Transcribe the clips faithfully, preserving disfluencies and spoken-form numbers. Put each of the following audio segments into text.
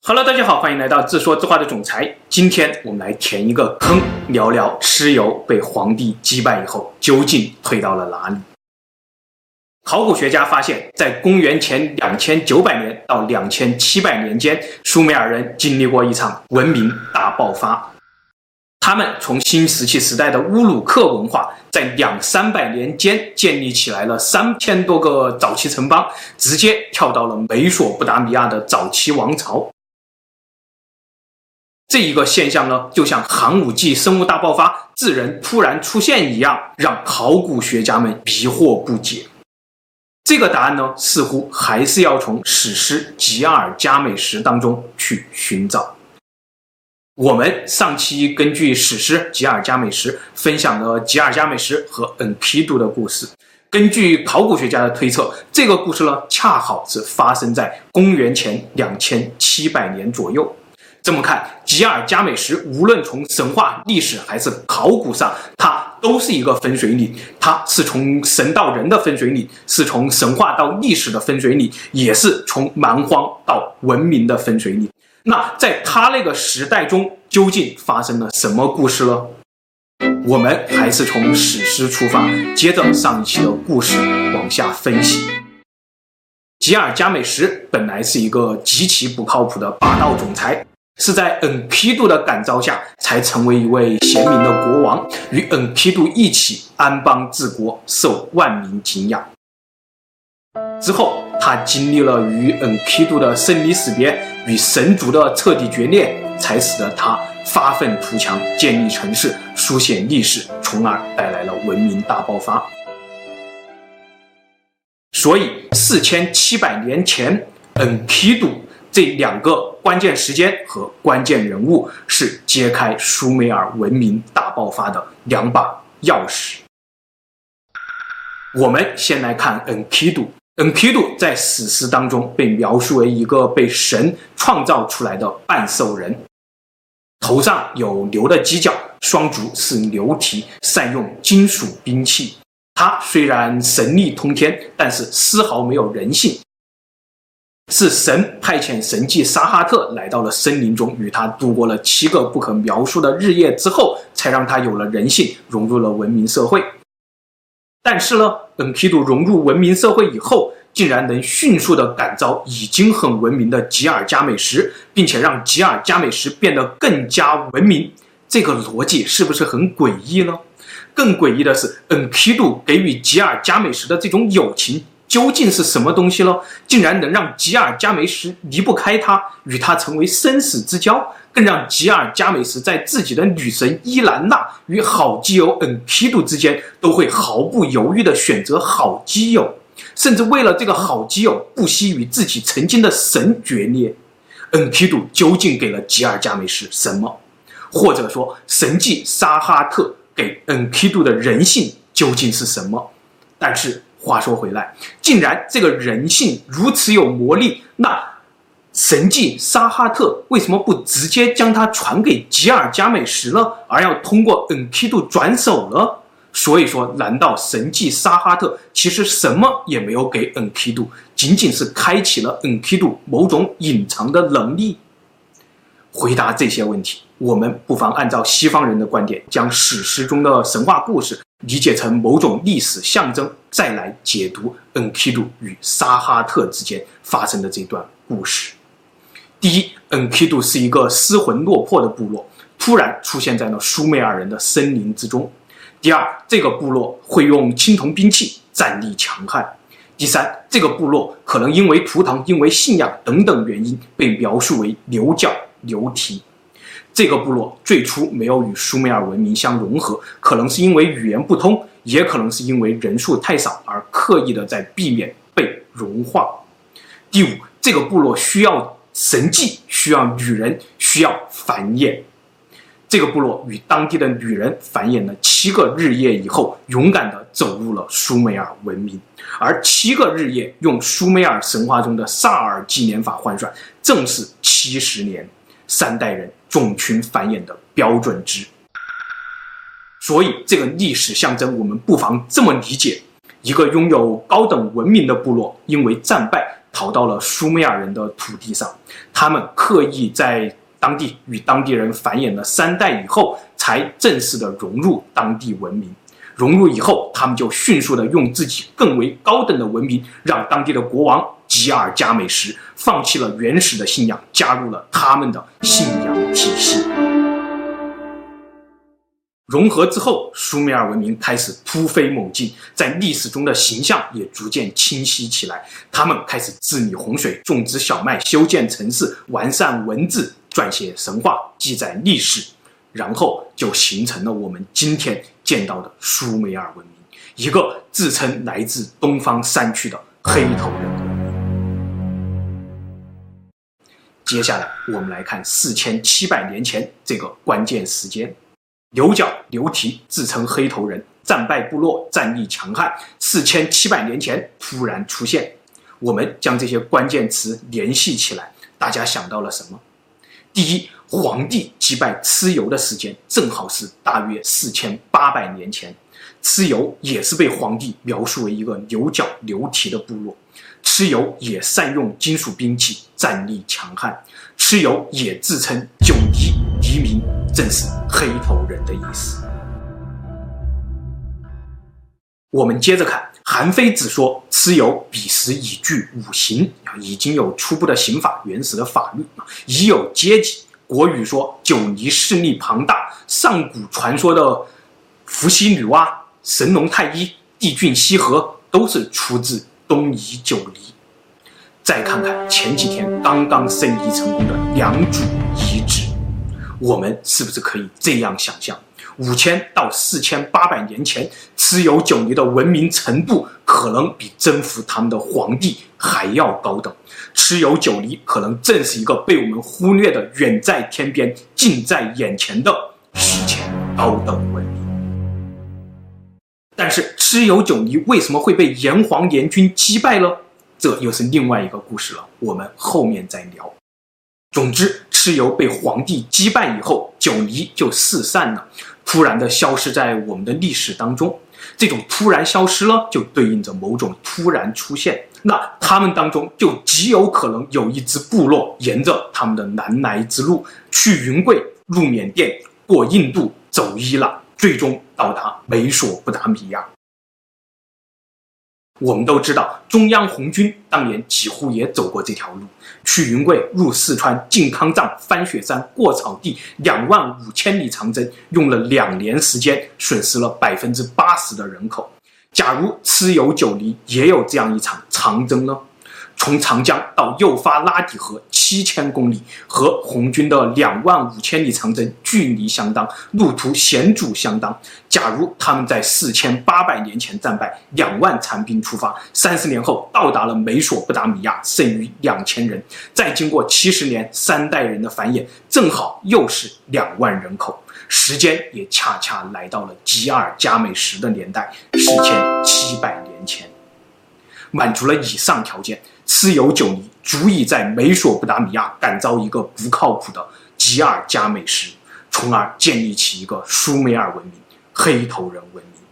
Hello， 大家好，欢迎来到自说自话的总裁。今天我们来填一个坑，聊聊蚩尤被黄帝击败以后，究竟退到了哪里？考古学家发现，在公元前两千九百年到两千七百年间，苏美尔人经历过一场文明大爆发。他们从新石器时代的乌鲁克文化，在两三百年间建立起来了三千多个早期城邦，直接跳到了美索不达米亚的早期王朝。这一个现象呢，就像寒武纪生物大爆发、智人突然出现一样，让考古学家们迷惑不解。这个答案呢，似乎还是要从史诗《吉尔伽美什》当中去寻找。我们上期根据史诗《吉尔伽美什》分享了吉尔伽美什和恩皮杜的故事。根据考古学家的推测，这个故事呢，恰好是发生在公元前两千七百年左右。这么看，吉尔伽美什无论从神话、历史还是考古上，它都是一个分水岭。它是从神到人的分水岭，是从神话到历史的分水岭，也是从蛮荒到文明的分水岭。那在它那个时代中，究竟发生了什么故事呢？我们还是从史诗出发，接着上一期的故事往下分析。吉尔伽美什本来是一个极其不靠谱的霸道总裁，是在恩皮杜的感召下才成为一位贤明的国王，与恩皮杜一起安邦治国，受万民敬仰。之后他经历了与恩皮杜的生离死别，与神族的彻底决裂，才使得他发愤图强，建立城市，书写历史，从而带来了文明大爆发。所以四千七百年前，恩皮杜这两个关键时间和关键人物是揭开苏美尔文明大爆发的两把钥匙。我们先来看恩皮杜。恩皮杜在史诗当中被描述为一个被神创造出来的半兽人，头上有牛的犄角，双足是牛蹄，善用金属兵器。他虽然神力通天，但是丝毫没有人性。是神派遣神迹沙哈特来到了森林中，与他度过了七个不可描述的日夜之后，才让他有了人性，融入了文明社会。但是呢，恩皮杜融入文明社会以后，竟然能迅速地感召已经很文明的吉尔伽美什，并且让吉尔伽美什变得更加文明。这个逻辑是不是很诡异呢？更诡异的是，恩皮杜给予吉尔伽美什的这种友情究竟是什么东西呢？竟然能让吉尔伽美什离不开他，与他成为生死之交，更让吉尔伽美什在自己的女神伊兰娜与好基友恩皮杜之间都会毫不犹豫地选择好基友，甚至为了这个好基友不惜与自己曾经的神决裂。恩皮杜究竟给了吉尔伽美什什么？或者说，神迹沙哈特给恩皮杜的人性究竟是什么？但是话说回来，竟然这个人性如此有魔力，那神迹沙哈特为什么不直接将它传给吉尔伽美什呢？而要通过恩皮杜转手呢？所以说，难道神迹沙哈特其实什么也没有给恩皮杜，仅仅是开启了恩皮杜某种隐藏的能力？回答这些问题，我们不妨按照西方人的观点，将史诗中的神话故事理解成某种历史象征，再来解读恩皮杜与沙哈特之间发生的这段故事。第一，恩皮杜是一个失魂落魄的部落，突然出现在了苏美尔人的森林之中。第二，这个部落会用青铜兵器，战力强悍。第三，这个部落可能因为图腾、因为信仰等等原因被描述为牛角、牛蹄。这个部落最初没有与苏美尔文明相融合，可能是因为语言不通，也可能是因为人数太少而刻意的在避免被融化。第五，这个部落需要神迹，需要女人，需要繁衍。这个部落与当地的女人繁衍了七个日夜以后，勇敢地走入了苏美尔文明。而七个日夜用苏美尔神话中的萨尔纪年法换算，正是七十年，三代人种群繁衍的标准值。所以这个历史象征我们不妨这么理解：一个拥有高等文明的部落，因为战败， 逃到了苏美尔人的土地上，他们刻意在当地与当地人繁衍了三代以后，才正式的融入当地文明。融入以后，他们就迅速的用自己更为高等的文明，让当地的国王吉尔加美什放弃了原始的信仰，加入了他们的信仰体系。融合之后，苏美尔文明开始突飞猛进，在历史中的形象也逐渐清晰起来。他们开始治理洪水，种植小麦，修建城市，完善文字，撰写神话，记载历史，然后就形成了我们今天见到的苏美尔文明，一个自称来自东方山区的黑头人文明。接下来我们来看四千七百年前这个关键时间。刘角刘提自称黑头人，战败部落，战力强悍，四千七百年前突然出现。我们将这些关键词联系起来，大家想到了什么？第一，黄帝击败蚩尤的时间正好是大约四千八百年前，蚩尤也是被黄帝描述为一个刘角刘提的部落，蚩尤也善用金属兵器，战力强悍，蚩尤也自称九黎，黎民正是黑头人的意思。我们接着看，韩非子说蚩尤彼时已具五行，已经有初步的刑法，原始的法律，已有阶级。国语说九黎势力庞大，上古传说的伏羲女娲、神农太一、帝俊西河都是出自东夷九黎。再看看前几天刚刚申遗成功的良渚遗址，我们是不是可以这样想象？五千到四千八百年前，蚩尤九黎的文明程度可能比征服他们的皇帝还要高等。蚩尤九黎可能正是一个被我们忽略的远在天边、近在眼前的史前高等文明。但是蚩尤九黎为什么会被炎黄联军击败了？这又是另外一个故事了，我们后面再聊。总之，蚩尤被黄帝击败以后，九黎就四散了，突然的消失在我们的历史当中。这种突然消失了，就对应着某种突然出现。那他们当中就极有可能有一支部落沿着他们的南来之路，去云贵，入缅甸，过印度，走伊朗，最终到达美索不达米亚。我们都知道，中央红军当年几乎也走过这条路，去云贵，入四川，进康藏，翻雪山，过草地，两万五千里长征，用了两年时间，损失了百分之八十的人口。假如蚩尤九黎也有这样一场长征呢？从长江到幼发拉底河七千公里，和红军的两万五千里长征距离相当，路途险阻相当。假如他们在四千八百年前战败，两万残兵出发，三十年后到达了美索不达米亚，剩余两千人，再经过七十年三代人的繁衍，正好又是两万人口。时间也恰恰来到了吉尔加美什的年代，四千七百年前。满足了以上条件，蚩尤九黎足以在美索不达米亚感召一个不靠谱的吉尔加美什，从而建立起一个苏美尔文明、黑头人文明。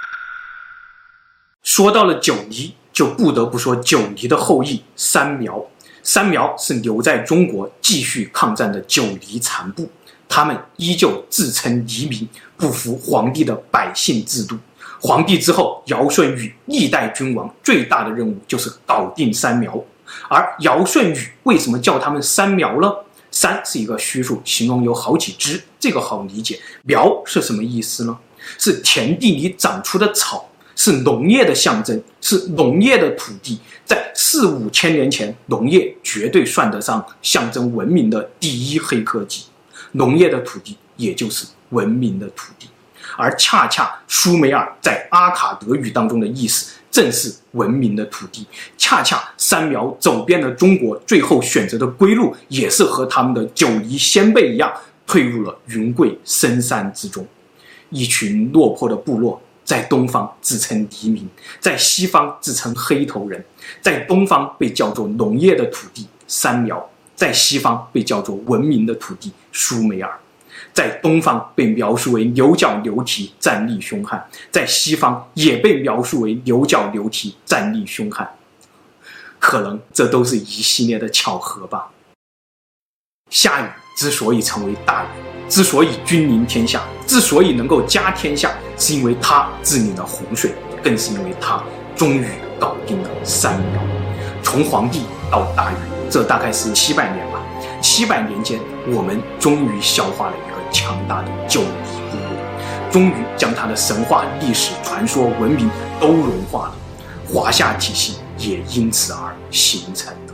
说到了九黎，就不得不说九黎的后裔三苗。三苗是留在中国继续抗战的九黎残部，他们依旧自称黎民，不服皇帝的百姓制度。皇帝之后，尧舜禹历代君王最大的任务就是搞定三苗。而尧舜禹为什么叫他们三苗呢？三是一个虚数，形容有好几只，这个好理解。苗是什么意思呢？是田地里长出的草，是农业的象征，是农业的土地。在四五千年前，农业绝对算得上象征文明的第一黑科技。农业的土地，也就是文明的土地。而恰恰苏美尔在阿卡德语当中的意思正是文明的土地，恰恰三苗走遍了中国，最后选择的归路也是和他们的九黎先辈一样，退入了云贵深山之中。一群落魄的部落，在东方自称黎民，在西方自称黑头人，在东方被叫做农业的土地三苗，在西方被叫做文明的土地苏美尔。在东方被描述为牛角牛蹄，战力凶悍；在西方也被描述为牛角牛蹄，战力凶悍。 可能这都是一系列的巧合吧。夏禹之所以成为大禹，之所以君临天下，之所以能够家天下，是因为他治理了洪水，更是因为他终于搞定了三苗。从黄帝到大禹，这大概是七百年吧。七百年间，我们终于消化了一个强大的九黎部落，终于将他的神话、历史、传说、文明都融化了，华夏体系也因此而形成了。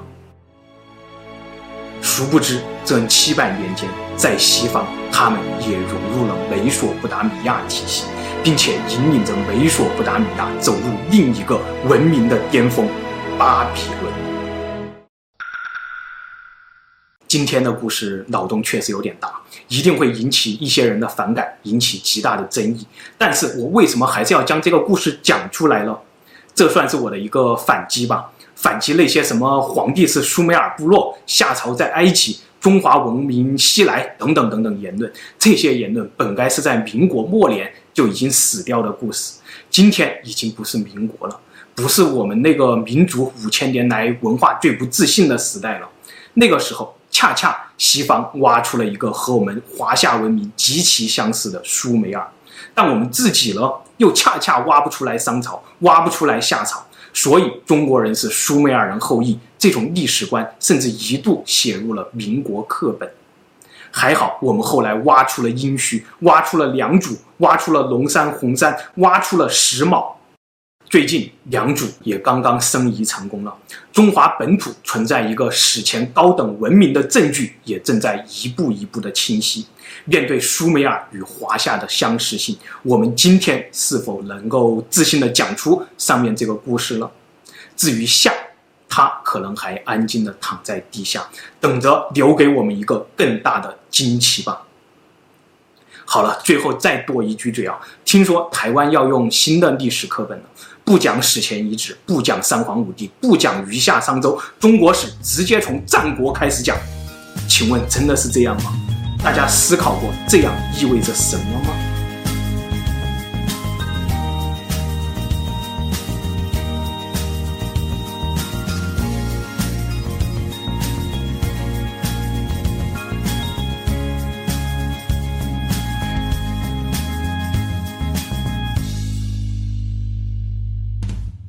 殊不知，这七百年间，在西方，他们也融入了美索不达米亚体系，并且引领着美索不达米亚走入另一个文明的巅峰——巴比伦。今天的故事脑洞确实有点大，一定会引起一些人的反感，引起极大的争议。但是我为什么还是要将这个故事讲出来呢？这算是我的一个反击吧。反击那些什么皇帝是苏美尔部落，夏朝在埃及，中华文明西来等等等等言论，这些言论本该是在民国末年就已经死掉的故事，今天已经不是民国了，不是我们那个民族五千年来文化最不自信的时代了。那个时候，恰恰西方挖出了一个和我们华夏文明极其相似的苏美尔，但我们自己呢，又恰恰挖不出来商朝，挖不出来夏朝。所以中国人是苏美尔人后裔，这种历史观甚至一度写入了民国课本。还好我们后来挖出了殷墟，挖出了良渚，挖出了龙山、红山，挖出了石卯。最近良渚也刚刚申遗成功了，中华本土存在一个史前高等文明的证据也正在一步一步的清晰。面对苏美尔与华夏的相似性，我们今天是否能够自信地讲出上面这个故事呢？至于夏，他可能还安静地躺在地下，等着留给我们一个更大的惊奇吧。好了，最后再多一句嘴啊，听说台湾要用新的历史课本了，不讲史前遗址，不讲三皇五帝，不讲余下商周，中国史直接从战国开始讲。请问真的是这样吗？大家思考过这样意味着什么吗？